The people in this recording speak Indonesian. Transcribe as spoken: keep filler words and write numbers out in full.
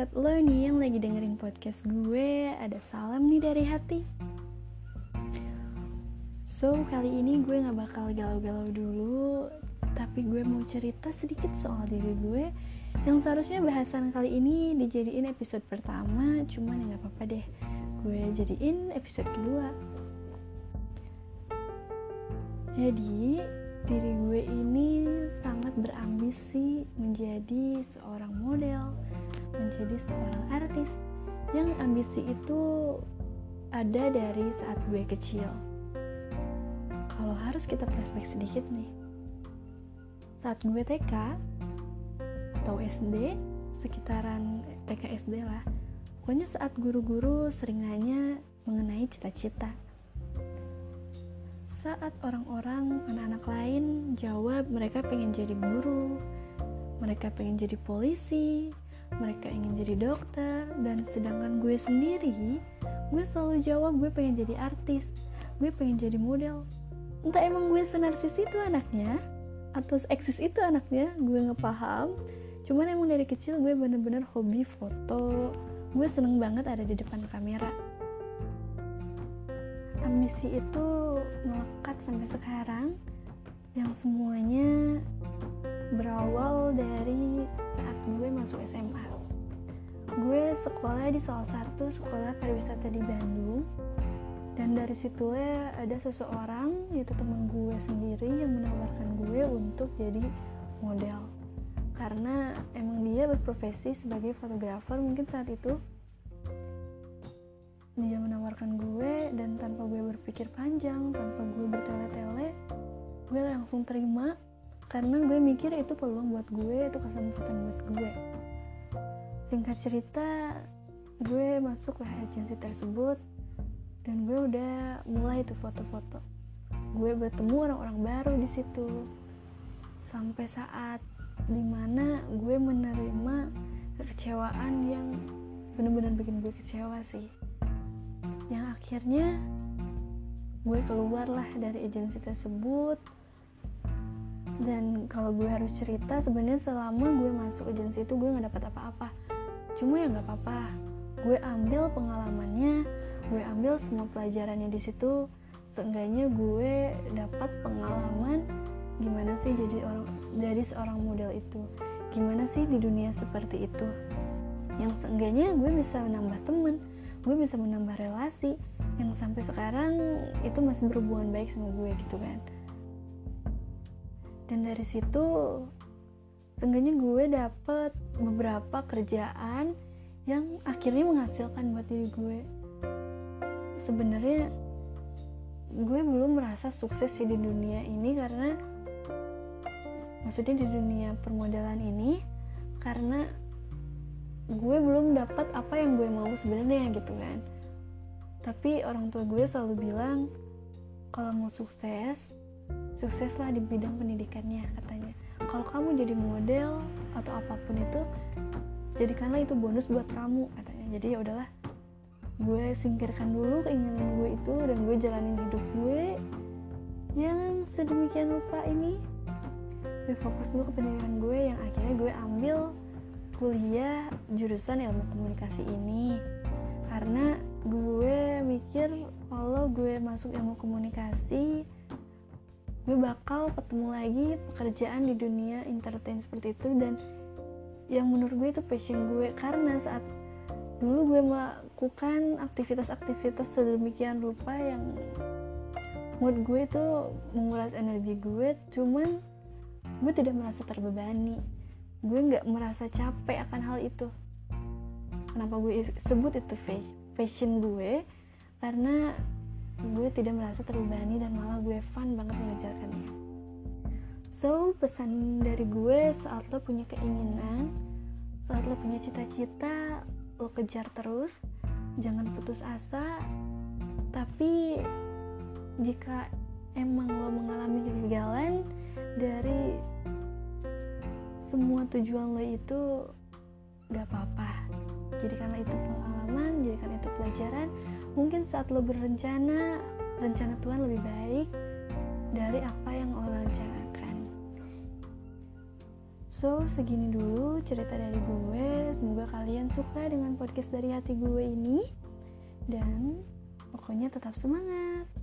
buat lo nih yang lagi dengerin podcast gue, ada salam nih dari hati. So, kali ini gue gak bakal galau-galau dulu, tapi gue mau cerita sedikit soal diri gue yang seharusnya bahasan kali ini dijadiin episode pertama, cuman ya gak apa-apa deh, gue jadiin episode kedua. Jadi, diri gue ini sangat berambisi menjadi seorang model, menjadi seorang artis. Yang ambisi itu ada dari saat gue kecil. Kalau harus kita flashback sedikit nih, saat gue T K atau S D, sekitaran T K S D lah, pokoknya saat guru-guru sering nanya mengenai cita-cita. Saat orang-orang, anak-anak lain jawab mereka pengen jadi guru, mereka pengen jadi polisi, mereka ingin jadi dokter, dan sedangkan gue sendiri, gue selalu jawab gue pengen jadi artis, gue pengen jadi model. Entah emang gue senarsis itu anaknya, atau eksis itu anaknya, gue ngepaham. Cuman emang dari kecil gue bener-bener hobi foto, gue seneng banget ada di depan kamera. Ambisi itu melekat sampai sekarang, yang semuanya berawal dari saat gue masuk S M A. Gue sekolah di salah satu sekolah pariwisata di Bandung, dan dari situlah ada seseorang, yaitu teman gue sendiri, yang menawarkan gue untuk jadi model. Karena emang dia berprofesi sebagai fotografer mungkin saat itu. Dia menawarkan gue, dan tanpa gue berpikir panjang, tanpa gue bertele-tele, gue langsung terima. Karena gue mikir itu peluang buat gue, itu kesempatan buat gue. Singkat cerita, gue masuklah agensi tersebut, dan gue udah mulai tuh foto-foto. Gue bertemu orang-orang baru di situ. Sampai saat dimana gue menerima kekecewaan yang benar-benar bikin gue kecewa sih. Yang akhirnya gue keluarlah dari agensi tersebut. Dan kalau gue harus cerita, sebenarnya selama gue masuk agensi itu gue nggak dapat apa-apa. Cuma ya nggak apa-apa. Gue ambil pengalamannya, gue ambil semua pelajarannya di situ. Seenggaknya gue dapat pengalaman gimana sih jadi orang, jadi seorang model itu. Gimana sih di dunia seperti itu. Yang seenggaknya gue bisa menambah temen, gue bisa menambah relasi yang sampai sekarang itu masih berhubungan baik sama gue gitu kan. Dan dari situ seenggaknya gue dapet beberapa kerjaan yang akhirnya menghasilkan buat diri gue. Sebenarnya gue belum merasa sukses sih di dunia ini, karena maksudnya di dunia permodelan ini, karena gue belum dapat apa yang gue mau sebenarnya gitu kan. Tapi orang tua gue selalu bilang, kalau mau sukses, sukseslah di bidang pendidikannya katanya. Kalau kamu jadi model atau apapun itu, jadikanlah itu bonus buat kamu katanya. Jadi ya udahlah, gue singkirkan dulu keinginan gue itu, dan gue jalanin hidup gue yang sedemikian rupa ini. Gue fokus dulu ke pendidikan gue, yang akhirnya gue ambil kuliah jurusan ilmu komunikasi ini. Karena gue mikir kalau gue masuk ilmu komunikasi, gue bakal ketemu lagi pekerjaan di dunia entertain seperti itu, dan yang menurut gue itu passion gue. Karena saat dulu gue melakukan aktivitas-aktivitas sedemikian rupa yang mood gue itu menguras energi gue, cuman gue tidak merasa terbebani, gue gak merasa capek akan hal itu. Kenapa gue sebut itu passion gue? Karena gue tidak merasa terbebani dan malah gue fun banget mengejarkannya. So, pesan dari gue, saat lo punya keinginan, saat lo punya cita-cita, lo kejar terus, jangan putus asa. Tapi jika emang lo mengalami kegagalan dari semua tujuan lo itu, gak apa-apa. Jadikanlah itu pengalaman, jadikan itu pelajaran. Mungkin saat lo berencana, rencana Tuhan lebih baik dari apa yang lo rencanakan. So, segini dulu cerita dari gue. Semoga kalian suka dengan podcast dari hati gue ini. Dan pokoknya tetap semangat.